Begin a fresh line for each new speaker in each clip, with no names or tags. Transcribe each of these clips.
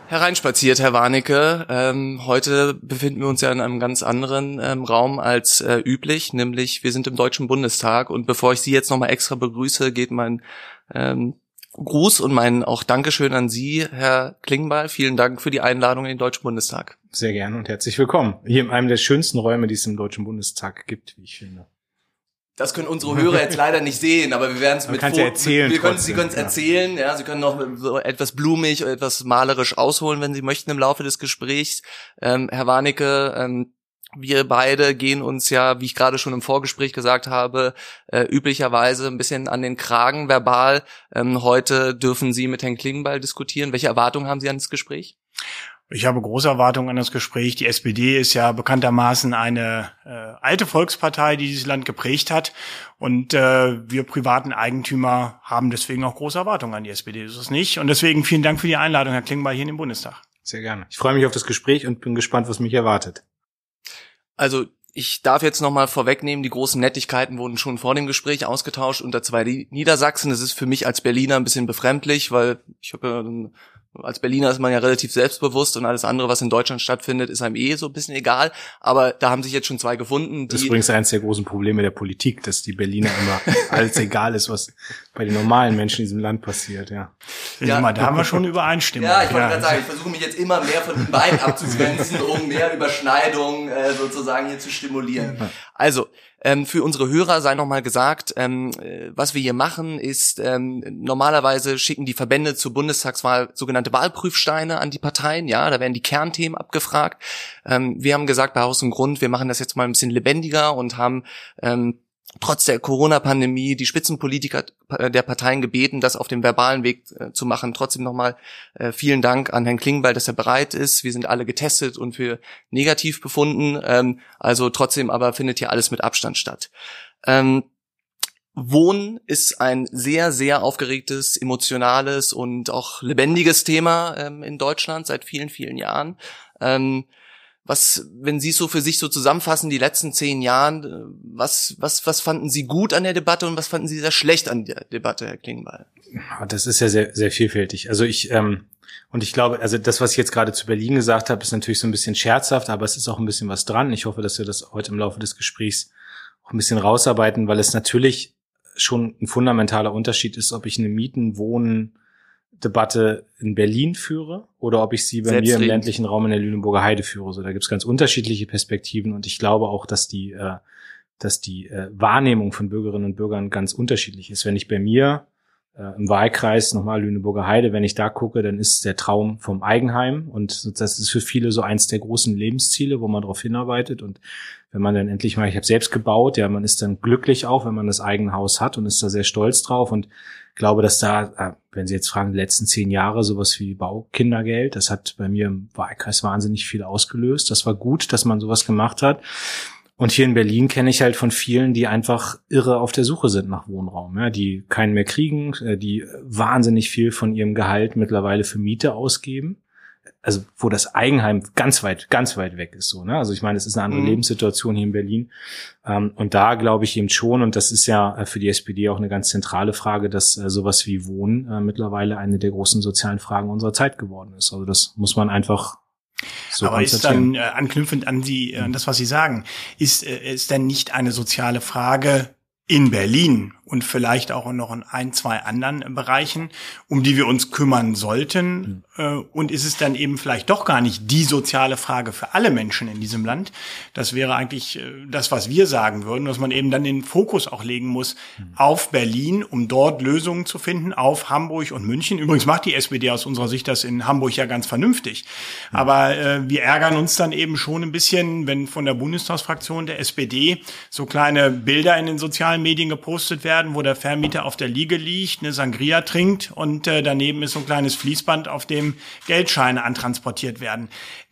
Hereinspaziert, Herr Warnecke. Heute befinden wir uns ja in einem ganz anderen Raum als üblich, nämlich wir sind im Deutschen Bundestag. Und bevor ich Sie jetzt nochmal extra begrüße, geht mein Gruß und mein auch Dankeschön an Sie, Herr Klingbeil. Vielen Dank für die Einladung in den Deutschen Bundestag.
Sehr gerne und herzlich willkommen. Hier in einem der schönsten Räume, die es im Deutschen Bundestag gibt, wie ich finde.
Das können unsere Hörer jetzt leider nicht sehen, aber wir werden es mit Sie können es erzählen, ja, Sie können noch so etwas blumig oder etwas malerisch ausholen, wenn Sie möchten im Laufe des Gesprächs. Herr Warnecke, wir beide gehen uns ja, wie ich gerade schon im Vorgespräch gesagt habe, üblicherweise ein bisschen an den Kragen verbal. Heute dürfen Sie mit Herrn Klingbeil diskutieren. Welche Erwartungen haben Sie an das Gespräch?
Ich habe große Erwartungen an das Gespräch. Die SPD ist ja bekanntermaßen eine alte Volkspartei, die dieses Land geprägt hat. Und wir privaten Eigentümer haben deswegen auch große Erwartungen an die SPD. Das ist es nicht. Und deswegen vielen Dank für die Einladung, Herr Klingbeil, hier in den Bundestag.
Sehr gerne. Ich freue mich auf das Gespräch und bin gespannt, was mich erwartet.
Also ich darf jetzt nochmal vorwegnehmen, die großen Nettigkeiten wurden schon vor dem Gespräch ausgetauscht unter zwei Niedersachsen. Das ist für mich als Berliner ein bisschen befremdlich, weil ich habe ja als Berliner ist man ja relativ selbstbewusst und alles andere, was in Deutschland stattfindet, ist einem so ein bisschen egal. Aber da haben sich jetzt schon zwei gefunden.
Das ist übrigens eines der großen Probleme der Politik, dass die Berliner immer alles egal ist, was bei den normalen Menschen in diesem Land passiert. Ja,
da haben wir schon Übereinstimmung.
Ja, ich wollte gerade sagen, ich versuche mich jetzt immer mehr von den beiden abzugrenzen, um mehr Überschneidung sozusagen hier zu stimulieren. Also, für unsere Hörer sei nochmal gesagt, was wir hier machen ist, normalerweise schicken die Verbände zur Bundestagswahl sogenannte Wahlprüfsteine an die Parteien, ja, da werden die Kernthemen abgefragt. Wir haben gesagt, bei Haus und Grund, wir machen das jetzt mal ein bisschen lebendiger und haben trotz der Corona-Pandemie die Spitzenpolitiker der Parteien gebeten, das auf dem verbalen Weg zu machen. Trotzdem nochmal vielen Dank an Herrn Klingbeil, dass er bereit ist. Wir sind alle getestet und für negativ befunden. Also trotzdem aber findet hier alles mit Abstand statt. Wohnen ist ein sehr, sehr aufgeregtes, emotionales und auch lebendiges Thema in Deutschland seit vielen, vielen Jahren. Wenn Sie es so für sich so zusammenfassen, die letzten 10 Jahren, was fanden Sie gut an der Debatte und was fanden Sie sehr schlecht an der Debatte, Herr Klingbeil?
Das ist ja sehr, sehr vielfältig. Also ich glaube, also das, was ich jetzt gerade zu Berlin gesagt habe, ist natürlich so ein bisschen scherzhaft, aber es ist auch ein bisschen was dran. Ich hoffe, dass wir das heute im Laufe des Gesprächs auch ein bisschen rausarbeiten, weil es natürlich schon ein fundamentaler Unterschied ist, ob ich eine Mieten-Wohnen-Debatte in Berlin führe oder ob ich sie bei mir im ländlichen Raum in der Lüneburger Heide führe. So, da gibt es ganz unterschiedliche Perspektiven und ich glaube auch, dass die Wahrnehmung von Bürgerinnen und Bürgern ganz unterschiedlich ist. Wenn ich bei mir im Wahlkreis, nochmal Lüneburger Heide, wenn ich da gucke, dann ist der Traum vom Eigenheim und das ist für viele so eins der großen Lebensziele, wo man darauf hinarbeitet und wenn man dann endlich mal, ich habe selbst gebaut, ja, man ist dann glücklich auch, wenn man das eigene Haus hat und ist da sehr stolz drauf und glaube, dass da, wenn Sie jetzt fragen, die letzten 10 Jahre sowas wie Baukindergeld, das hat bei mir im Wahlkreis wahnsinnig viel ausgelöst. Das war gut, dass man sowas gemacht hat. Und hier in Berlin kenne ich halt von vielen, die einfach irre auf der Suche sind nach Wohnraum, ja, die keinen mehr kriegen, die wahnsinnig viel von ihrem Gehalt mittlerweile für Miete ausgeben. Also wo das Eigenheim ganz weit weg ist, so, ne? Also ich meine, es ist eine andere Lebenssituation hier in Berlin. Und da glaube ich eben schon, und das ist ja für die SPD auch eine ganz zentrale Frage, dass sowas wie Wohnen mittlerweile eine der großen sozialen Fragen unserer Zeit geworden ist. Also das muss man einfach so
aber ist dann anknüpfend an das, was Sie sagen, ist denn nicht eine soziale Frage in Berlin und vielleicht auch noch in 1, 2 anderen Bereichen, um die wir uns kümmern sollten? Und ist es dann eben vielleicht doch gar nicht die soziale Frage für alle Menschen in diesem Land? Das wäre eigentlich das, was wir sagen würden, dass man eben dann den Fokus auch legen muss auf Berlin, um dort Lösungen zu finden, auf Hamburg und München. Übrigens macht die SPD aus unserer Sicht das in Hamburg ja ganz vernünftig. Aber wir ärgern uns dann eben schon ein bisschen, wenn von der Bundestagsfraktion der SPD so kleine Bilder in den sozialen Medien gepostet werden, wo der Vermieter auf der Liege liegt, eine Sangria trinkt und daneben ist so ein kleines Fließband, auf dem Geldscheine antransportiert werden.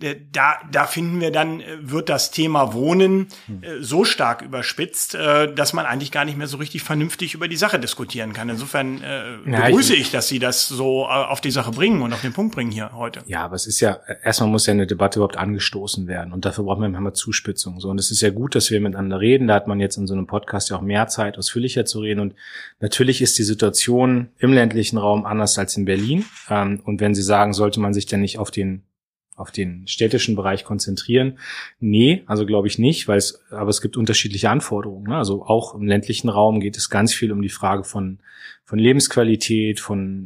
Da finden wir dann, wird das Thema Wohnen so stark überspitzt, dass man eigentlich gar nicht mehr so richtig vernünftig über die Sache diskutieren kann. Insofern begrüße ich, dass Sie das so auf die Sache bringen und auf den Punkt bringen hier heute.
Ja, aber es ist ja, erstmal muss ja eine Debatte überhaupt angestoßen werden und dafür braucht man immer Zuspitzung. So, und es ist ja gut, dass wir miteinander reden. Da hat man jetzt in so einem Podcast ja auch mehr Zeit, ausführlicher zu reden. spielen. Und natürlich ist die Situation im ländlichen Raum anders als in Berlin. Und wenn Sie sagen, sollte man sich denn nicht auf den städtischen Bereich konzentrieren? Nee, also glaube ich nicht, aber es gibt unterschiedliche Anforderungen. Ne? Also auch im ländlichen Raum geht es ganz viel um die Frage von Lebensqualität,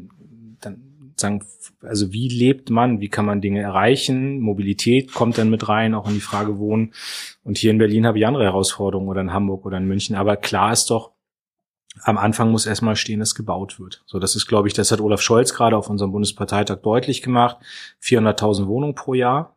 also wie lebt man, wie kann man Dinge erreichen? Mobilität kommt dann mit rein, auch in die Frage Wohnen. Und hier in Berlin habe ich andere Herausforderungen oder in Hamburg oder in München. Aber klar ist doch, am Anfang muss erstmal stehen, dass gebaut wird. So, das ist, glaube ich, das hat Olaf Scholz gerade auf unserem Bundesparteitag deutlich gemacht. 400.000 Wohnungen pro Jahr,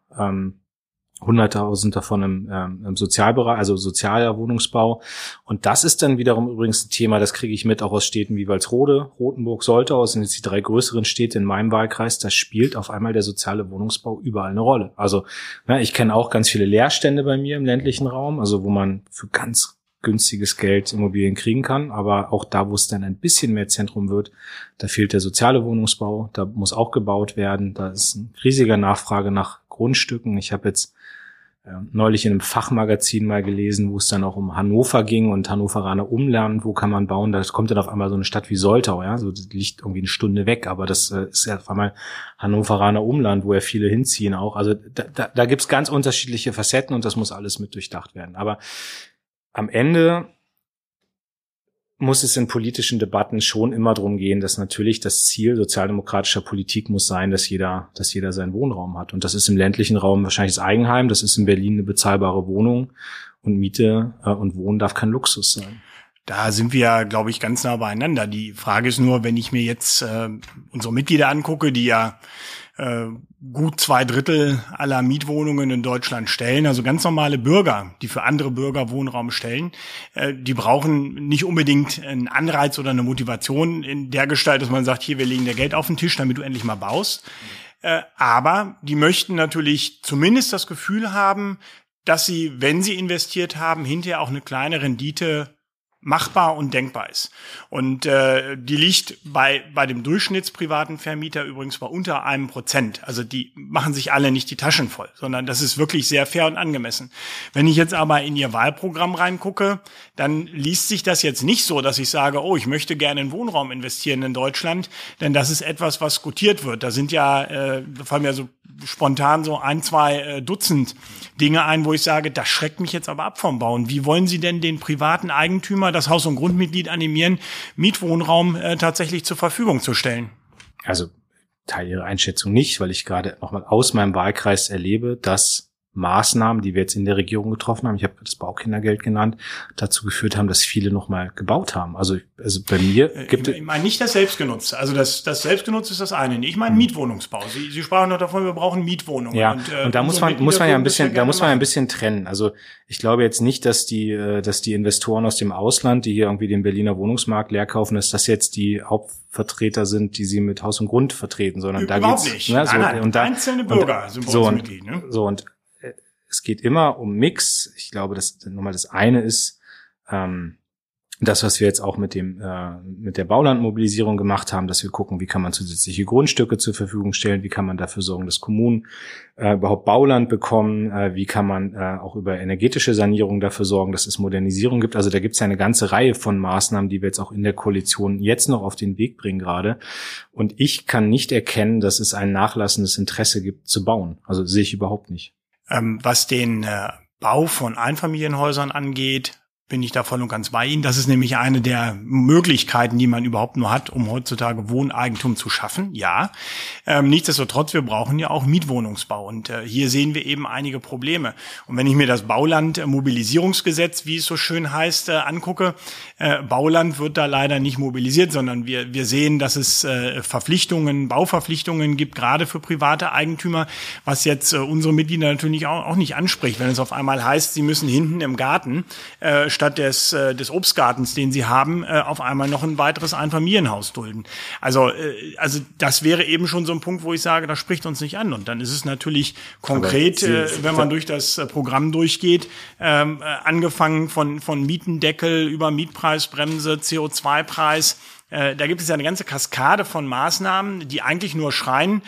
100.000 davon im Sozialbereich, also sozialer Wohnungsbau. Und das ist dann wiederum übrigens ein Thema, das kriege ich mit auch aus Städten wie Walsrode, Rothenburg, Soltau, das sind jetzt die 3 größeren Städte in meinem Wahlkreis, da spielt auf einmal der soziale Wohnungsbau überall eine Rolle. Also ich kenne auch ganz viele Leerstände bei mir im ländlichen Raum, also wo man für ganz günstiges Geld Immobilien kriegen kann, aber auch da, wo es dann ein bisschen mehr Zentrum wird, da fehlt der soziale Wohnungsbau, da muss auch gebaut werden, da ist eine riesige Nachfrage nach Grundstücken. Ich habe jetzt neulich in einem Fachmagazin mal gelesen, wo es dann auch um Hannover ging und Hannoveraner Umland, wo kann man bauen, da kommt dann auf einmal so eine Stadt wie Soltau, ja, so das liegt irgendwie eine Stunde weg, aber das ist ja auf einmal Hannoveraner Umland, wo ja viele hinziehen auch, also da gibt's ganz unterschiedliche Facetten und das muss alles mit durchdacht werden, aber am Ende muss es in politischen Debatten schon immer darum gehen, dass natürlich das Ziel sozialdemokratischer Politik muss sein, dass jeder seinen Wohnraum hat. Und das ist im ländlichen Raum wahrscheinlich das Eigenheim, das ist in Berlin eine bezahlbare Wohnung und Miete und Wohnen darf kein Luxus sein.
Da sind wir ja, glaube ich, ganz nah beieinander. Die Frage ist nur, wenn ich mir jetzt unsere Mitglieder angucke, die ja gut 2/3 aller Mietwohnungen in Deutschland stellen, also ganz normale Bürger, die für andere Bürger Wohnraum stellen, die brauchen nicht unbedingt einen Anreiz oder eine Motivation in der Gestalt, dass man sagt, hier, wir legen dir Geld auf den Tisch, damit du endlich mal baust. Aber die möchten natürlich zumindest das Gefühl haben, dass sie, wenn sie investiert haben, hinterher auch eine kleine Rendite machbar und denkbar ist. Und die liegt bei dem durchschnittsprivaten Vermieter übrigens bei unter 1%. Also die machen sich alle nicht die Taschen voll, sondern das ist wirklich sehr fair und angemessen. Wenn ich jetzt aber in ihr Wahlprogramm reingucke, dann liest sich das jetzt nicht so, dass ich sage, oh, ich möchte gerne in Wohnraum investieren in Deutschland, denn das ist etwas, was skutiert wird. Da sind ja, da fallen mir so spontan so 1-2 Dutzend Dinge ein, wo ich sage, das schreckt mich jetzt aber ab vom Bauen. Wie wollen Sie denn den privaten Eigentümer, das Haus- und Grundmitglied animieren, Mietwohnraum tatsächlich zur Verfügung zu stellen?
Also teile Ihre Einschätzung nicht, weil ich gerade nochmal aus meinem Wahlkreis erlebe, dass Maßnahmen, die wir jetzt in der Regierung getroffen haben, ich habe das Baukindergeld genannt, dazu geführt haben, dass viele nochmal gebaut haben. Also bei mir gibt es...
Ich meine nicht das Selbstgenutzte. Also das Selbstgenutzte ist das eine. Ich meine Mietwohnungsbau. Sie sprachen noch davon, wir brauchen Mietwohnungen.
Ja, und da muss man ja ein bisschen trennen. Also ich glaube jetzt nicht, dass die Investoren aus dem Ausland, die hier irgendwie den Berliner Wohnungsmarkt leer kaufen, dass das jetzt die Hauptvertreter sind, die sie mit Haus und Grund vertreten, sondern da geht's...
Überhaupt nicht. Ne, so, nein, und einzelne Bürger sind bei uns Mitglied. Ne?
So, und es geht immer um Mix. Ich glaube, dass nochmal das eine ist, das, was wir jetzt auch mit der Baulandmobilisierung gemacht haben, dass wir gucken, wie kann man zusätzliche Grundstücke zur Verfügung stellen, wie kann man dafür sorgen, dass Kommunen überhaupt Bauland bekommen, wie kann man auch über energetische Sanierung dafür sorgen, dass es Modernisierung gibt. Also da gibt es ja eine ganze Reihe von Maßnahmen, die wir jetzt auch in der Koalition jetzt noch auf den Weg bringen gerade. Und ich kann nicht erkennen, dass es ein nachlassendes Interesse gibt, zu bauen. Also sehe ich überhaupt nicht.
Was den Bau von Einfamilienhäusern angeht, bin ich da voll und ganz bei Ihnen. Das ist nämlich eine der Möglichkeiten, die man überhaupt nur hat, um heutzutage Wohneigentum zu schaffen. Ja, nichtsdestotrotz, wir brauchen ja auch Mietwohnungsbau. Und hier sehen wir eben einige Probleme. Und wenn ich mir das Bauland-Mobilisierungsgesetz, wie es so schön heißt, angucke, Bauland wird da leider nicht mobilisiert, sondern wir sehen, dass es Bauverpflichtungen gibt, gerade für private Eigentümer, was jetzt unsere Mitglieder natürlich auch nicht anspricht, wenn es auf einmal heißt, sie müssen hinten im Garten statt des Obstgartens, den sie haben, auf einmal noch ein weiteres Einfamilienhaus dulden. Also das wäre eben schon so ein Punkt, wo ich sage, das spricht uns nicht an. Und dann ist es natürlich konkret, wenn man durch das Programm durchgeht, angefangen von Mietendeckel über Mietpreisbremse, CO2-Preis, Da gibt es ja eine ganze Kaskade von Maßnahmen, die eigentlich nur schreien,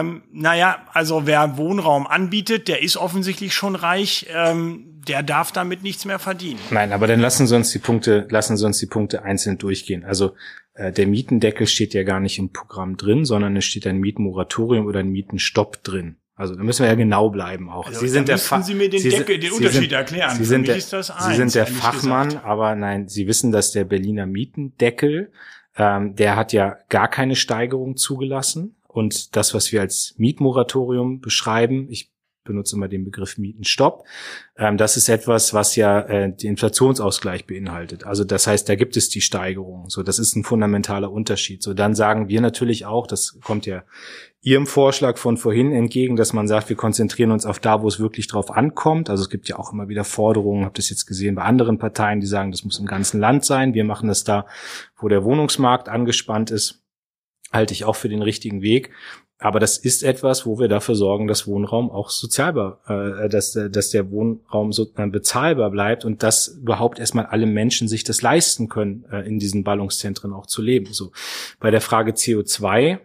also wer Wohnraum anbietet, der ist offensichtlich schon reich, der darf damit nichts mehr verdienen.
Nein, aber dann lassen Sie uns die Punkte einzeln durchgehen. Also der Mietendeckel steht ja gar nicht im Programm drin, sondern es steht ein Mietmoratorium oder ein Mietenstopp drin. Also da müssen wir ja genau bleiben auch.
Also,
Sie sind
Sie mir den Unterschied erklären.
Sie sind der Fachmann, aber nein, Sie wissen, dass der Berliner Mietendeckel, der hat ja gar keine Steigerung zugelassen. Und das, was wir als Mietmoratorium beschreiben, ich benutze immer den Begriff Mietenstopp, das ist etwas, was ja den Inflationsausgleich beinhaltet. Also das heißt, da gibt es die Steigerung. So, das ist ein fundamentaler Unterschied. So, dann sagen wir natürlich auch, das kommt ja Ihrem Vorschlag von vorhin entgegen, dass man sagt, wir konzentrieren uns auf da, wo es wirklich drauf ankommt. Also es gibt ja auch immer wieder Forderungen, habt ihr das jetzt gesehen bei anderen Parteien, die sagen, das muss im ganzen Land sein. Wir machen das da, wo der Wohnungsmarkt angespannt ist. Halte ich auch für den richtigen Weg. Aber das ist etwas, wo wir dafür sorgen, dass Wohnraum auch dass der Wohnraum so bezahlbar bleibt und dass überhaupt erstmal alle Menschen sich das leisten können, in diesen Ballungszentren auch zu leben. So, bei der Frage CO2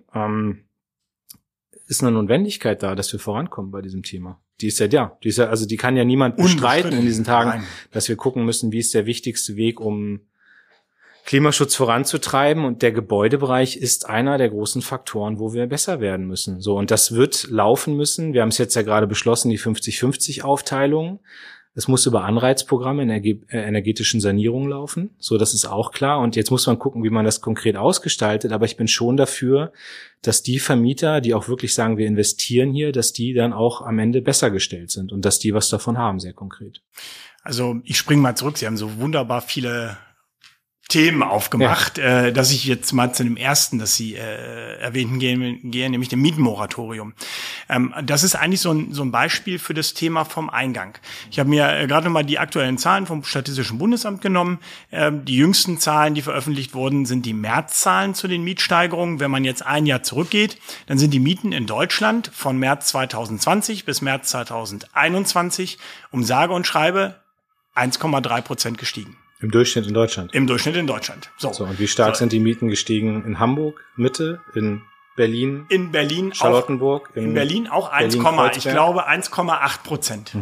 ist eine Notwendigkeit da, dass wir vorankommen bei diesem Thema. Die ist ja da. Also die kann ja niemand bestreiten in diesen Tagen, Nein. Dass wir gucken müssen, wie ist der wichtigste Weg, um Klimaschutz voranzutreiben, und der Gebäudebereich ist einer der großen Faktoren, wo wir besser werden müssen. So, und das wird laufen müssen. Wir haben es jetzt ja gerade beschlossen, die 50-50-Aufteilung. Es muss über Anreizprogramme in energetischen Sanierungen laufen. So, das ist auch klar. Und jetzt muss man gucken, wie man das konkret ausgestaltet. Aber ich bin schon dafür, dass die Vermieter, die auch wirklich sagen, wir investieren hier, dass die dann auch am Ende besser gestellt sind und dass die was davon haben, sehr konkret.
Also ich springe mal zurück. Sie haben so wunderbar viele Themen aufgemacht, dass ich jetzt mal zu dem ersten, das Sie erwähnten, gehe, nämlich dem Mietenmoratorium. Das ist eigentlich so ein Beispiel für das Thema vom Eingang. Ich habe mir gerade noch mal die aktuellen Zahlen vom Statistischen Bundesamt genommen. Die jüngsten Zahlen, die veröffentlicht wurden, sind die Märzzahlen zu den Mietsteigerungen. Wenn man jetzt ein Jahr zurückgeht, dann sind die Mieten in Deutschland von März 2020 bis März 2021 um sage und schreibe 1,3% gestiegen.
Im Durchschnitt in Deutschland?
Im Durchschnitt in Deutschland. So,
und wie stark sind die Mieten gestiegen in Hamburg, Mitte, in Berlin?
In Berlin
Charlottenburg?
In Berlin auch 1,8%.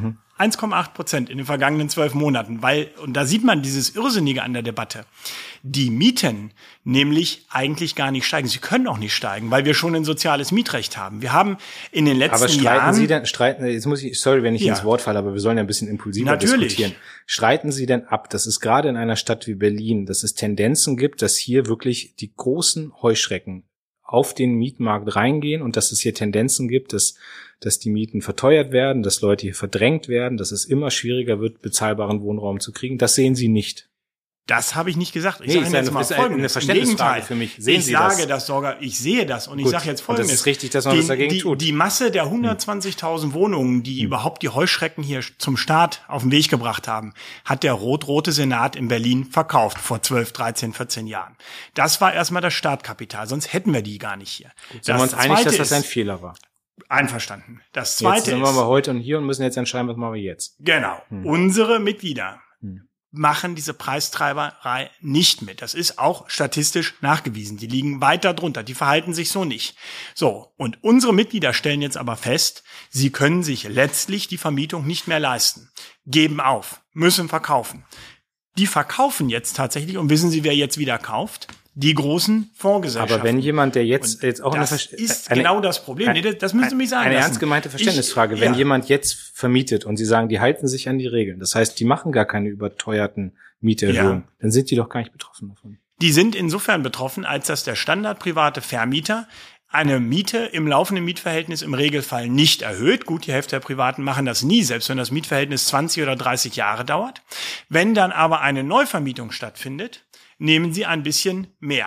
1,8% in den vergangenen 12 Monaten. Und da sieht man dieses Irrsinnige an der Debatte. Die Mieten nämlich eigentlich gar nicht steigen. Sie können auch nicht steigen, weil wir schon ein soziales Mietrecht haben. Wir haben in den letzten Jahren...
jetzt muss ich, sorry, wenn ich ins Wort falle, aber wir sollen ja ein bisschen impulsiver diskutieren. Streiten Sie denn ab, dass es gerade in einer Stadt wie Berlin, dass es Tendenzen gibt, dass hier wirklich die großen Heuschrecken auf den Mietmarkt reingehen und dass es hier Tendenzen gibt, dass die Mieten verteuert werden, dass Leute hier verdrängt werden, dass es immer schwieriger wird, bezahlbaren Wohnraum zu kriegen? Das sehen Sie nicht.
Das habe ich nicht gesagt. Ich sage jetzt mal Folgendes.
Eine Verständnisfrage für mich. Sehen Sie das?
Ich sehe das und ich sage jetzt Folgendes.
Und das ist richtig, dass man was dagegen tut.
Die Masse der 120.000 Wohnungen, die überhaupt die Heuschrecken hier zum Staat auf den Weg gebracht haben, hat der rot-rote Senat in Berlin verkauft vor 12, 13, 14 Jahren. Das war erstmal das Startkapital, sonst hätten wir die gar nicht hier.
Sind wir uns einig, dass das ein Fehler war?
Einverstanden. Das Zweite
jetzt sind wir heute und hier und müssen jetzt entscheiden, was machen wir jetzt.
Genau. Unsere Mitglieder machen diese Preistreiberei nicht mit. Das ist auch statistisch nachgewiesen. Die liegen weiter drunter. Die verhalten sich so nicht. So. Und unsere Mitglieder stellen jetzt aber fest, sie können sich letztlich die Vermietung nicht mehr leisten. Geben auf. Müssen verkaufen. Die verkaufen jetzt tatsächlich, und wissen Sie, wer jetzt wieder kauft? Die großen Fondsgesellschaften.
Aber wenn jemand, der jetzt auch
das ist genau das Problem. Das müssen Sie mich sagen.
Eine ernst gemeinte Verständnisfrage. Wenn jemand jetzt vermietet und Sie sagen, die halten sich an die Regeln, das heißt, die machen gar keine überteuerten Mieterhöhungen, dann sind die doch gar nicht betroffen davon.
Die sind insofern betroffen, als dass der standardprivate Vermieter eine Miete im laufenden Mietverhältnis im Regelfall nicht erhöht. Gut, die Hälfte der Privaten machen das nie, selbst wenn das Mietverhältnis 20 oder 30 Jahre dauert. Wenn dann aber eine Neuvermietung stattfindet, nehmen sie ein bisschen mehr,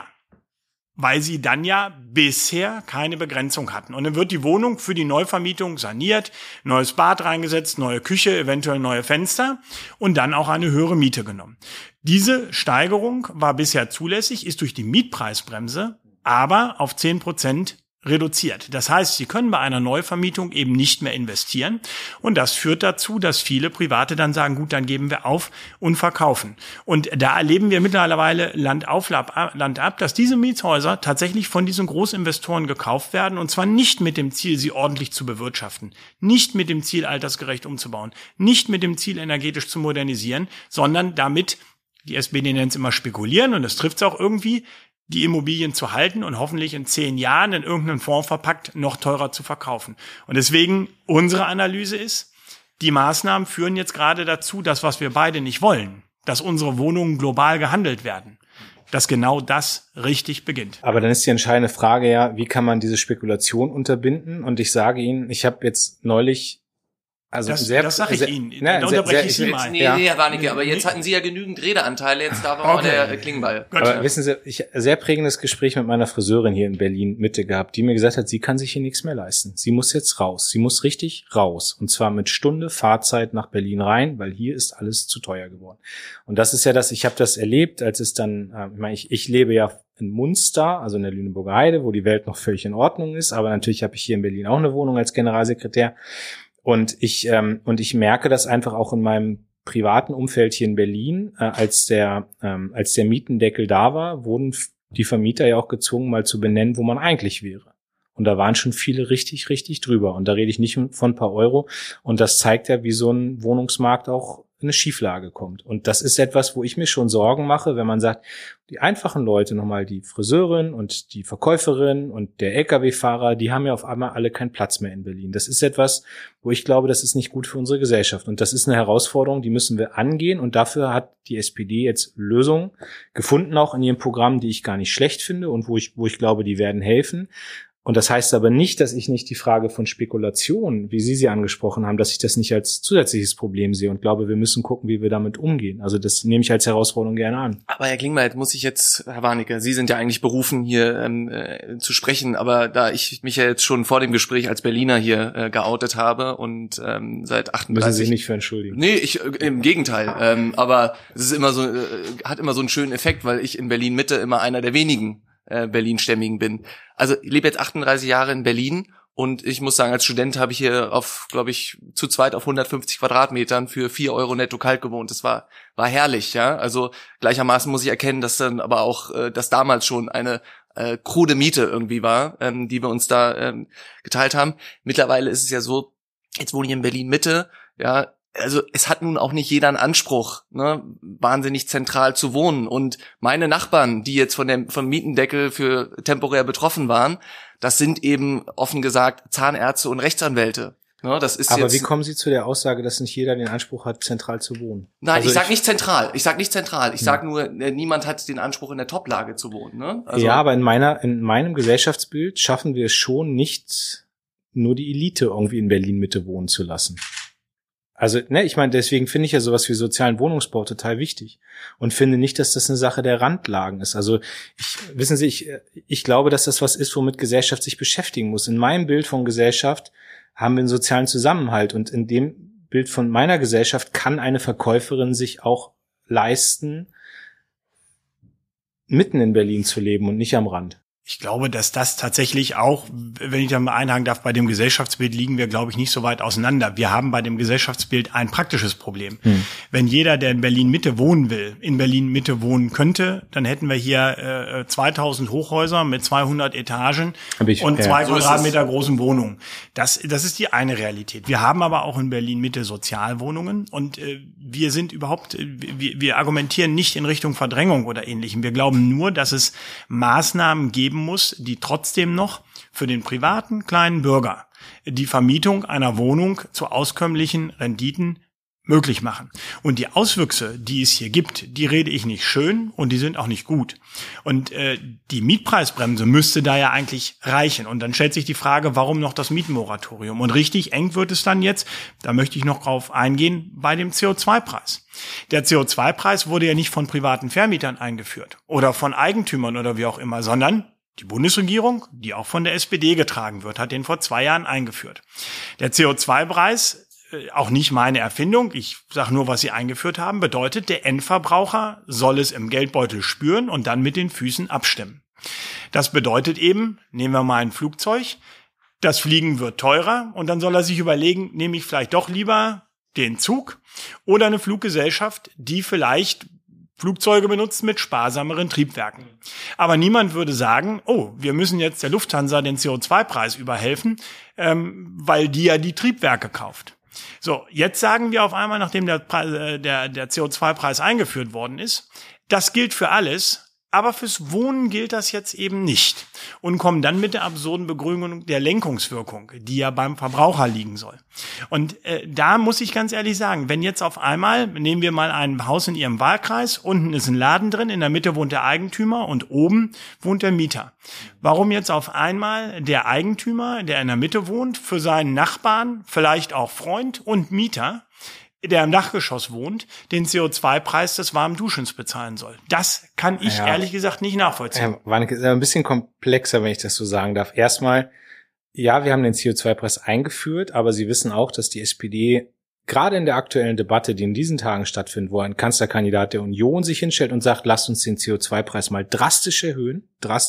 weil sie dann ja bisher keine Begrenzung hatten. Und dann wird die Wohnung für die Neuvermietung saniert, neues Bad reingesetzt, neue Küche, eventuell neue Fenster und dann auch eine höhere Miete genommen. Diese Steigerung war bisher zulässig, ist durch die Mietpreisbremse aber auf 10% reduziert. Das heißt, Sie können bei einer Neuvermietung eben nicht mehr investieren und das führt dazu, dass viele Private dann sagen, gut, dann geben wir auf und verkaufen. Und da erleben wir mittlerweile Land auf, Land ab, dass diese Mietshäuser tatsächlich von diesen Großinvestoren gekauft werden und zwar nicht mit dem Ziel, sie ordentlich zu bewirtschaften, nicht mit dem Ziel, altersgerecht umzubauen, nicht mit dem Ziel, energetisch zu modernisieren, sondern damit, die SPD nennt es immer spekulieren und das trifft es auch irgendwie, die Immobilien zu halten und hoffentlich in 10 Jahren in irgendeinen Fonds verpackt noch teurer zu verkaufen. Und deswegen unsere Analyse ist, die Maßnahmen führen jetzt gerade dazu, dass was wir beide nicht wollen, dass unsere Wohnungen global gehandelt werden, dass genau das richtig beginnt.
Aber dann ist die entscheidende Frage ja, wie kann man diese Spekulation unterbinden? Und ich sage Ihnen, ich habe jetzt neulich
das sage ich Ihnen.
Da
unterbreche ich Sie mal.
Nee, Herr Warnecke, aber jetzt hatten Sie ja genügend Redeanteile, jetzt darf auch mal der Klingenball.
Aber wissen Sie, ich sehr prägendes Gespräch mit meiner Friseurin hier in Berlin Mitte gehabt, die mir gesagt hat, sie kann sich hier nichts mehr leisten. Sie muss jetzt raus. Sie muss richtig raus. Und zwar mit Stunde Fahrzeit nach Berlin rein, weil hier ist alles zu teuer geworden. Und das ist ja das, ich habe das erlebt, als es dann, ich lebe ja in Munster, also in der Lüneburger Heide, wo die Welt noch völlig in Ordnung ist, aber natürlich habe ich hier in Berlin auch eine Wohnung als Generalsekretär. Und ich merke das einfach auch in meinem privaten Umfeld hier in Berlin, als der Mietendeckel da war, wurden die Vermieter ja auch gezwungen, mal zu benennen, wo man eigentlich wäre. Und da waren schon viele richtig, richtig drüber. Und da rede ich nicht von ein paar Euro. Und das zeigt ja, wie so ein Wohnungsmarkt auch in eine Schieflage kommt. Und das ist etwas, wo ich mir schon Sorgen mache, wenn man sagt, die einfachen Leute, nochmal die Friseurin und die Verkäuferin und der Lkw-Fahrer, die haben ja auf einmal alle keinen Platz mehr in Berlin. Das ist etwas, wo ich glaube, das ist nicht gut für unsere Gesellschaft. Und das ist eine Herausforderung, die müssen wir angehen. Und dafür hat die SPD jetzt Lösungen gefunden, auch in ihrem Programm, die ich gar nicht schlecht finde und wo ich glaube, die werden helfen. Und das heißt aber nicht, dass ich nicht die Frage von Spekulation, wie Sie angesprochen haben, dass ich das nicht als zusätzliches Problem sehe und glaube, wir müssen gucken, wie wir damit umgehen. Also das nehme ich als Herausforderung gerne an.
Aber Herr Klingbeil, muss ich jetzt, Herr Warnecke, Sie sind ja eigentlich berufen, hier zu sprechen, aber da ich mich ja jetzt schon vor dem Gespräch als Berliner hier geoutet habe und seit 38...
Müssen Sie sich nicht für entschuldigen.
Nee, im Gegenteil. Aber es ist immer so, hat immer so einen schönen Effekt, weil ich in Berlin-Mitte immer einer der wenigen Berlin-Stämmigen bin. Also ich lebe jetzt 38 Jahre in Berlin und ich muss sagen, als Student habe ich hier zu zweit auf 150 Quadratmetern für 4 Euro netto kalt gewohnt. Das war herrlich, ja. Also gleichermaßen muss ich erkennen, dass dann aber auch, dass damals schon eine krude Miete irgendwie war, die wir uns da geteilt haben. Mittlerweile ist es ja so, jetzt wohne ich in Berlin-Mitte, ja. Also es hat nun auch nicht jeder einen Anspruch, ne, wahnsinnig zentral zu wohnen. Und meine Nachbarn, die jetzt vom Mietendeckel für temporär betroffen waren, das sind eben offen gesagt Zahnärzte und Rechtsanwälte. Ne, das ist
aber
jetzt,
wie kommen Sie zu der Aussage, dass nicht jeder den Anspruch hat, zentral zu wohnen?
Nein, also ich sag nicht zentral. Ich sag nur, niemand hat den Anspruch, in der Toplage zu wohnen. Ne? Also,
ja, aber in meinem Gesellschaftsbild schaffen wir es schon nicht, nur die Elite irgendwie in Berlin-Mitte wohnen zu lassen. Also, ich meine, deswegen finde ich ja sowas wie sozialen Wohnungsbau total wichtig und finde nicht, dass das eine Sache der Randlagen ist. Also, wissen Sie, ich glaube, dass das was ist, womit Gesellschaft sich beschäftigen muss. In meinem Bild von Gesellschaft haben wir einen sozialen Zusammenhalt und in dem Bild von meiner Gesellschaft kann eine Verkäuferin sich auch leisten, mitten in Berlin zu leben und nicht am Rand.
Ich glaube, dass das tatsächlich auch, wenn ich da mal einhaken darf, bei dem Gesellschaftsbild liegen wir, glaube ich, nicht so weit auseinander. Wir haben bei dem Gesellschaftsbild ein praktisches Problem. Wenn jeder, der in Berlin-Mitte wohnen will, in Berlin-Mitte wohnen könnte, dann hätten wir hier 2000 Hochhäuser mit 200 Etagen und 2 Quadratmeter großen Wohnungen. Das ist die eine Realität. Wir haben aber auch in Berlin-Mitte Sozialwohnungen und wir argumentieren nicht in Richtung Verdrängung oder Ähnlichem. Wir glauben nur, dass es Maßnahmen geben muss, die trotzdem noch für den privaten kleinen Bürger die Vermietung einer Wohnung zu auskömmlichen Renditen möglich machen. Und die Auswüchse, die es hier gibt, die rede ich nicht schön und die sind auch nicht gut. Und die Mietpreisbremse müsste da ja eigentlich reichen. Und dann stellt sich die Frage, warum noch das Mietenmoratorium? Und richtig eng wird es dann jetzt, da möchte ich noch drauf eingehen, bei dem CO2-Preis. Der CO2-Preis wurde ja nicht von privaten Vermietern eingeführt oder von Eigentümern oder wie auch immer, sondern die Bundesregierung, die auch von der SPD getragen wird, hat den vor 2 Jahren eingeführt. Der CO2-Preis, auch nicht meine Erfindung, ich sage nur, was sie eingeführt haben, bedeutet, der Endverbraucher soll es im Geldbeutel spüren und dann mit den Füßen abstimmen. Das bedeutet eben, nehmen wir mal ein Flugzeug, das Fliegen wird teurer und dann soll er sich überlegen, nehme ich vielleicht doch lieber den Zug oder eine Fluggesellschaft, die vielleicht Flugzeuge benutzt mit sparsameren Triebwerken. Aber niemand würde sagen, oh, wir müssen jetzt der Lufthansa den CO2-Preis überhelfen, weil die ja die Triebwerke kauft. So, jetzt sagen wir auf einmal, nachdem der CO2-Preis eingeführt worden ist, das gilt für alles, aber fürs Wohnen gilt das jetzt eben nicht. Und kommen dann mit der absurden Begründung der Lenkungswirkung, die ja beim Verbraucher liegen soll. Und da muss ich ganz ehrlich sagen, wenn jetzt auf einmal, nehmen wir mal ein Haus in Ihrem Wahlkreis, unten ist ein Laden drin, in der Mitte wohnt der Eigentümer und oben wohnt der Mieter. Warum jetzt auf einmal der Eigentümer, der in der Mitte wohnt, für seinen Nachbarn, vielleicht auch Freund und Mieter, der im Dachgeschoss wohnt, den CO2-Preis des warmen Duschens bezahlen soll? Das kann ich ehrlich gesagt nicht nachvollziehen.
Warnecke, ist aber ein bisschen komplexer, wenn ich das so sagen darf. Erstmal, ja, wir haben den CO2-Preis eingeführt, aber Sie wissen auch, dass die SPD gerade in der aktuellen Debatte, die in diesen Tagen stattfindet, wo ein Kanzlerkandidat der Union sich hinstellt und sagt, lasst uns den CO2-Preis mal drastisch erhöhen,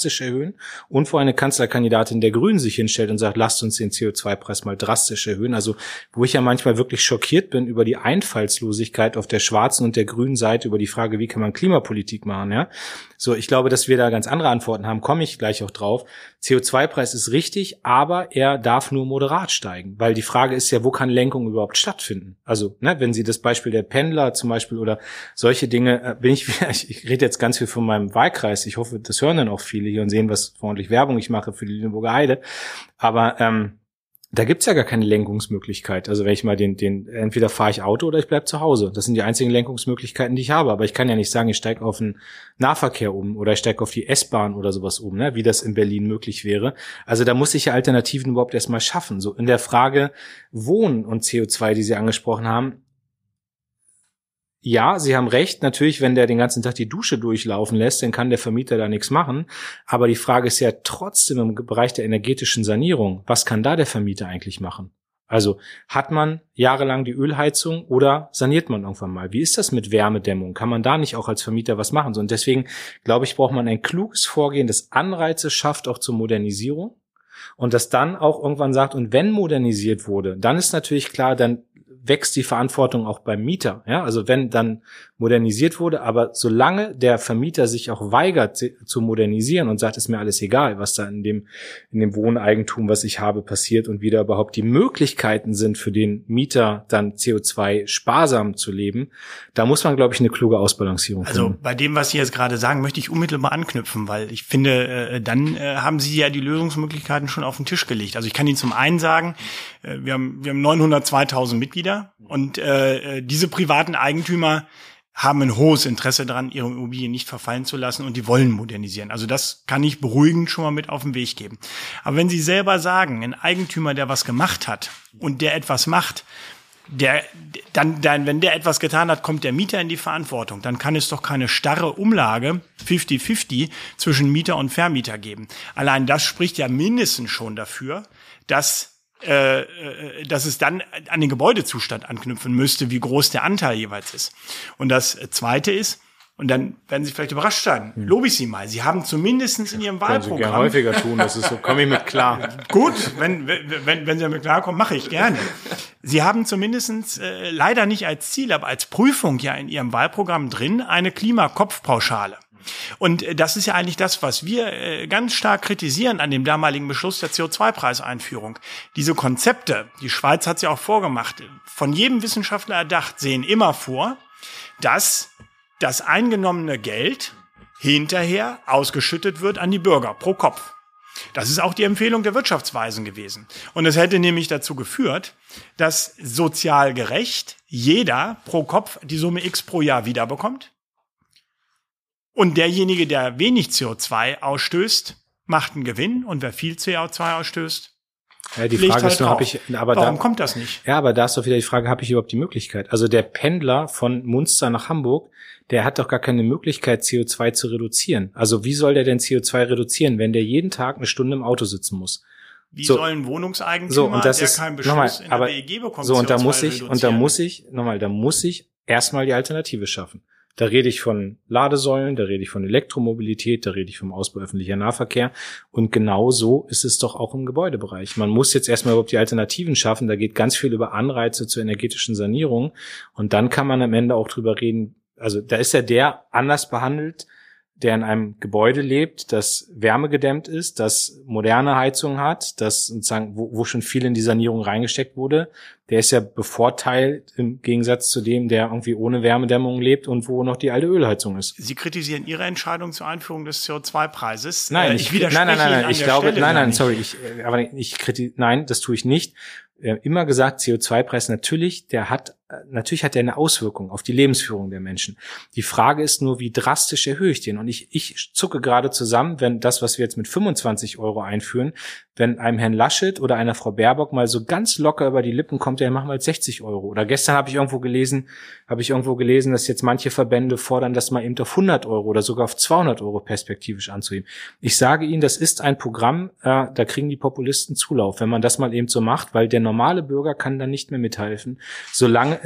und wo eine Kanzlerkandidatin der Grünen sich hinstellt und sagt, lasst uns den CO2-Preis mal drastisch erhöhen. Also, wo ich ja manchmal wirklich schockiert bin über die Einfallslosigkeit auf der schwarzen und der grünen Seite über die Frage, wie kann man Klimapolitik machen, ja? So, ich glaube, dass wir da ganz andere Antworten haben, komme ich gleich auch drauf. CO2-Preis ist richtig, aber er darf nur moderat steigen, weil die Frage ist ja, wo kann Lenkung überhaupt stattfinden? Also, wenn Sie das Beispiel der Pendler zum Beispiel oder solche Dinge, ich rede jetzt ganz viel von meinem Wahlkreis, ich hoffe, das hören dann auch viele hier und sehen, was ordentlich Werbung ich mache für die Lüneburger Heide, aber da gibt's ja gar keine Lenkungsmöglichkeit. Also wenn ich mal entweder fahre ich Auto oder ich bleib zu Hause. Das sind die einzigen Lenkungsmöglichkeiten, die ich habe. Aber ich kann ja nicht sagen, ich steige auf den Nahverkehr um oder ich steige auf die S-Bahn oder sowas um, wie das in Berlin möglich wäre. Also da muss ich ja Alternativen überhaupt erstmal schaffen. So in der Frage Wohnen und CO2, die Sie angesprochen haben, ja, Sie haben recht. Natürlich, wenn der den ganzen Tag die Dusche durchlaufen lässt, dann kann der Vermieter da nichts machen. Aber die Frage ist ja trotzdem im Bereich der energetischen Sanierung, was kann da der Vermieter eigentlich machen? Also hat man jahrelang die Ölheizung oder saniert man irgendwann mal? Wie ist das mit Wärmedämmung? Kann man da nicht auch als Vermieter was machen? So, und deswegen, glaube ich, braucht man ein kluges Vorgehen, das Anreize schafft auch zur Modernisierung und das dann auch irgendwann sagt, und wenn modernisiert wurde, dann ist natürlich klar, dann wächst die Verantwortung auch beim Mieter. Ja, also wenn dann modernisiert wurde, aber solange der Vermieter sich auch weigert zu modernisieren und sagt, ist mir alles egal, was da in dem Wohneigentum, was ich habe, passiert und wie da überhaupt die Möglichkeiten sind für den Mieter, dann CO2 sparsam zu leben, da muss man, glaube ich, eine kluge Ausbalancierung finden.
Also bei dem, was Sie jetzt gerade sagen, möchte ich unmittelbar anknüpfen, weil ich finde, dann haben Sie ja die Lösungsmöglichkeiten schon auf den Tisch gelegt. Also ich kann Ihnen zum einen sagen, wir haben 902.000 Mitglieder und diese privaten Eigentümer haben ein hohes Interesse daran, ihre Immobilien nicht verfallen zu lassen und die wollen modernisieren. Also das kann ich beruhigend schon mal mit auf den Weg geben. Aber wenn Sie selber sagen, ein Eigentümer, der was gemacht hat und der etwas macht, wenn der etwas getan hat, kommt der Mieter in die Verantwortung. Dann kann es doch keine starre Umlage 50-50 zwischen Mieter und Vermieter geben. Allein das spricht ja mindestens schon dafür, dass es dann an den Gebäudezustand anknüpfen müsste, wie groß der Anteil jeweils ist. Und das Zweite ist, und dann werden Sie vielleicht überrascht sein, lobe ich Sie mal, Sie haben zumindest in Ihrem Wahlprogramm...
Können Sie gerne häufiger tun, das ist so, komme ich mit klar.
Gut, wenn Sie damit klarkommen, mache ich gerne. Sie haben zumindest leider nicht als Ziel, aber als Prüfung ja in Ihrem Wahlprogramm drin eine Klimakopfpauschale. Und das ist ja eigentlich das, was wir ganz stark kritisieren an dem damaligen Beschluss der CO2-Preiseinführung. Diese Konzepte, die Schweiz hat es ja auch vorgemacht, von jedem Wissenschaftler erdacht, sehen immer vor, dass das eingenommene Geld hinterher ausgeschüttet wird an die Bürger pro Kopf. Das ist auch die Empfehlung der Wirtschaftsweisen gewesen. Und es hätte nämlich dazu geführt, dass sozial gerecht jeder pro Kopf die Summe X pro Jahr wiederbekommt. Und derjenige, der wenig CO2 ausstößt, macht einen Gewinn. Und wer viel CO2 ausstößt,
ja, die Frage ist nur,
warum kommt das nicht?
Ja, aber da ist doch wieder die Frage, habe ich überhaupt die Möglichkeit? Also der Pendler von Munster nach Hamburg, der hat doch gar keine Möglichkeit, CO2 zu reduzieren. Also wie soll der denn CO2 reduzieren, wenn der jeden Tag eine Stunde im Auto sitzen muss?
Wie soll ein Wohnungseigentümer, der keinen Beschluss in der BEG bekommt,
da muss ich erstmal die Alternative schaffen. Da rede ich von Ladesäulen, da rede ich von Elektromobilität, da rede ich vom Ausbau öffentlicher Nahverkehr. Und genau so ist es doch auch im Gebäudebereich. Man muss jetzt erstmal überhaupt die Alternativen schaffen. Da geht ganz viel über Anreize zur energetischen Sanierung. Und dann kann man am Ende auch drüber reden. Also da ist ja der anders behandelt, der in einem Gebäude lebt, das wärmegedämmt ist, das moderne Heizung hat, das sozusagen, wo schon viel in die Sanierung reingesteckt wurde, der ist ja bevorteilt im Gegensatz zu dem, der irgendwie ohne Wärmedämmung lebt und wo noch die alte Ölheizung ist.
Sie kritisieren Ihre Entscheidung zur Einführung des CO2-Preises.
Nein,
ich widerspreche
nein, ich glaube,
Stelle
nein, das tue ich nicht. Immer gesagt, CO2-Preis natürlich hat er eine Auswirkung auf die Lebensführung der Menschen. Die Frage ist nur, wie drastisch erhöhe ich den? Und ich zucke gerade zusammen, wenn das, was wir jetzt mit 25 € einführen, wenn einem Herrn Laschet oder einer Frau Baerbock mal so ganz locker über die Lippen kommt, ja, machen wir jetzt 60 €. Oder gestern habe ich irgendwo gelesen, dass jetzt manche Verbände fordern, das mal eben auf 100 € oder sogar auf 200 € perspektivisch anzuheben. Ich sage Ihnen, das ist ein Programm, da kriegen die Populisten Zulauf, wenn man das mal eben so macht, weil der normale Bürger kann dann nicht mehr mithalten, solange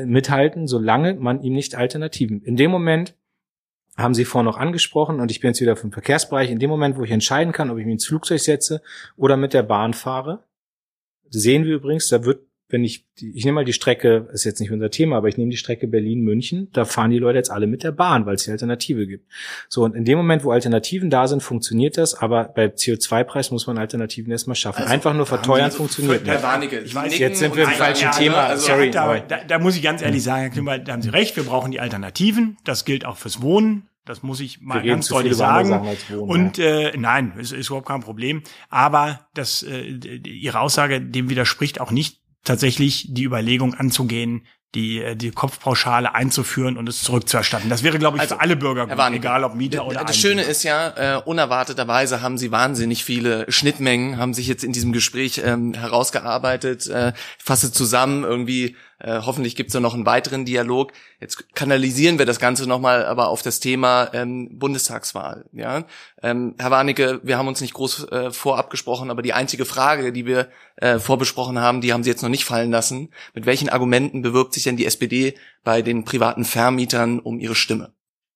man ihm nicht Alternativen. In dem Moment, haben Sie vorhin noch angesprochen, und ich bin jetzt wieder vom Verkehrsbereich, in dem Moment, wo ich entscheiden kann, ob ich mich ins Flugzeug setze oder mit der Bahn fahre, sehen wir übrigens, da wird, ich nehme mal die Strecke, ist jetzt nicht unser Thema, aber ich nehme die Strecke Berlin-München, da fahren die Leute jetzt alle mit der Bahn, weil es die Alternative gibt. So, und in dem Moment, wo Alternativen da sind, funktioniert das, aber bei CO2-Preis muss man Alternativen erstmal schaffen. Also, einfach nur verteuern funktioniert nicht.
Herr Warnecke,
ich weiß, jetzt sind wir im falschen Thema,
also, sorry. Da muss ich ganz ehrlich sagen, Herr Klimper, da haben Sie recht, wir brauchen die Alternativen, das gilt auch fürs Wohnen. Das muss ich mal ganz deutlich sagen. Und nein, ist überhaupt kein Problem. Aber Ihre Aussage, dem widerspricht auch nicht tatsächlich die Überlegung anzugehen, die Kopfpauschale einzuführen und es zurückzuerstatten. Das wäre, glaube ich, für alle Bürger gut, egal ob Mieter oder Eigentümer.
Das Schöne ist ja, unerwarteterweise haben Sie wahnsinnig viele Schnittmengen, haben sich jetzt in diesem Gespräch herausgearbeitet. Ich fasse zusammen, irgendwie hoffentlich gibt's da noch einen weiteren Dialog. Jetzt kanalisieren wir das Ganze nochmal aber auf das Thema Bundestagswahl. Ja, Herr Warnecke, wir haben uns nicht groß vorab gesprochen, aber die einzige Frage, die wir vorbesprochen haben, die haben Sie jetzt noch nicht fallen lassen. Mit welchen Argumenten bewirbt sich denn die SPD bei den privaten Vermietern um ihre Stimme?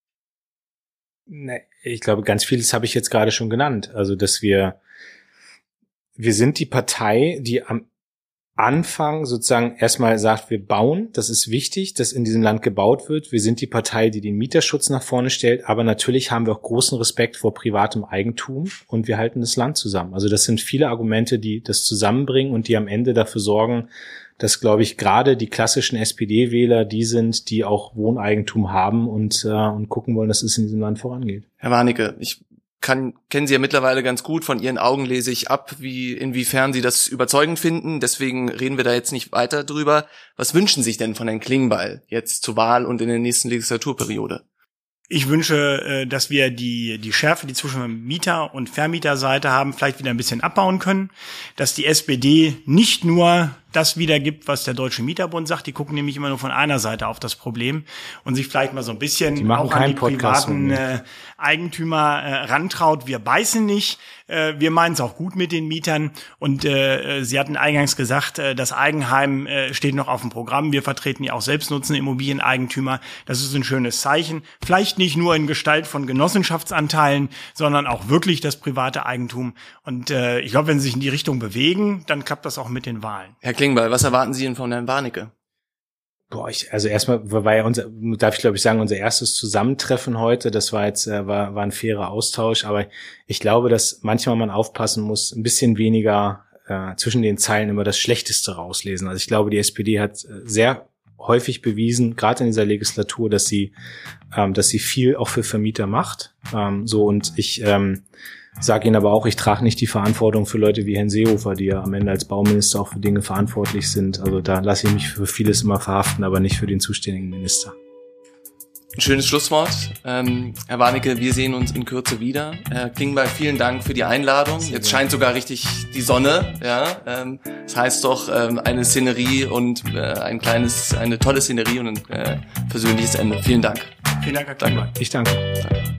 Nee, ich glaube, ganz vieles habe ich jetzt gerade schon genannt. Also, dass wir sind die Partei, die am Anfang sozusagen erstmal sagt, wir bauen, das ist wichtig, dass in diesem Land gebaut wird. Wir sind die Partei, die den Mieterschutz nach vorne stellt, aber natürlich haben wir auch großen Respekt vor privatem Eigentum und wir halten das Land zusammen. Also das sind viele Argumente, die das zusammenbringen und die am Ende dafür sorgen, dass, glaube ich, gerade die klassischen SPD-Wähler die sind, die auch Wohneigentum haben und gucken wollen, dass es in diesem Land vorangeht.
Herr Warnecke, kennen Sie ja mittlerweile ganz gut, von Ihren Augen lese ich ab, inwiefern Sie das überzeugend finden. Deswegen reden wir da jetzt nicht weiter drüber. Was wünschen sich denn von Herrn Klingbeil jetzt zur Wahl und in der nächsten Legislaturperiode?
Ich wünsche, dass wir die Schärfe, die zwischen Mieter- und Vermieterseite haben, vielleicht wieder ein bisschen abbauen können. Dass die SPD nicht nur das wiedergibt, was der Deutsche Mieterbund sagt. Die gucken nämlich immer nur von einer Seite auf das Problem und sich vielleicht mal so ein bisschen auch an die privaten Eigentümer rantraut. Wir beißen nicht. Wir meinen es auch gut mit den Mietern. Und Sie hatten eingangs gesagt, das Eigenheim steht noch auf dem Programm. Wir vertreten ja auch selbstnutzende Immobilieneigentümer. Das ist ein schönes Zeichen. Vielleicht nicht nur in Gestalt von Genossenschaftsanteilen, sondern auch wirklich das private Eigentum. Und ich glaube, wenn Sie sich in die Richtung bewegen, dann klappt das auch mit den Wahlen.
Herr Klingbeil, was erwarten Sie denn von Herrn Warnecke?
Also erstmal war ja darf ich glaube ich sagen, unser erstes Zusammentreffen heute. Das war jetzt war ein fairer Austausch, aber ich glaube, dass manchmal man aufpassen muss, ein bisschen weniger zwischen den Zeilen immer das Schlechteste rauslesen. Also ich glaube, die SPD hat sehr häufig bewiesen, gerade in dieser Legislatur, dass sie viel auch für Vermieter macht. Und ich sage Ihnen aber auch, ich trage nicht die Verantwortung für Leute wie Herrn Seehofer, die ja am Ende als Bauminister auch für Dinge verantwortlich sind. Also da lasse ich mich für vieles immer verhaften, aber nicht für den zuständigen Minister.
Ein schönes Schlusswort. Herr Warnecke, wir sehen uns in Kürze wieder. Herr Klingbeil, vielen Dank für die Einladung. Jetzt scheint sogar richtig die Sonne. Ja, das heißt doch eine Szenerie und eine tolle Szenerie und ein persönliches Ende. Vielen Dank.
Vielen Dank, Herr Klingbeil.
Ich danke.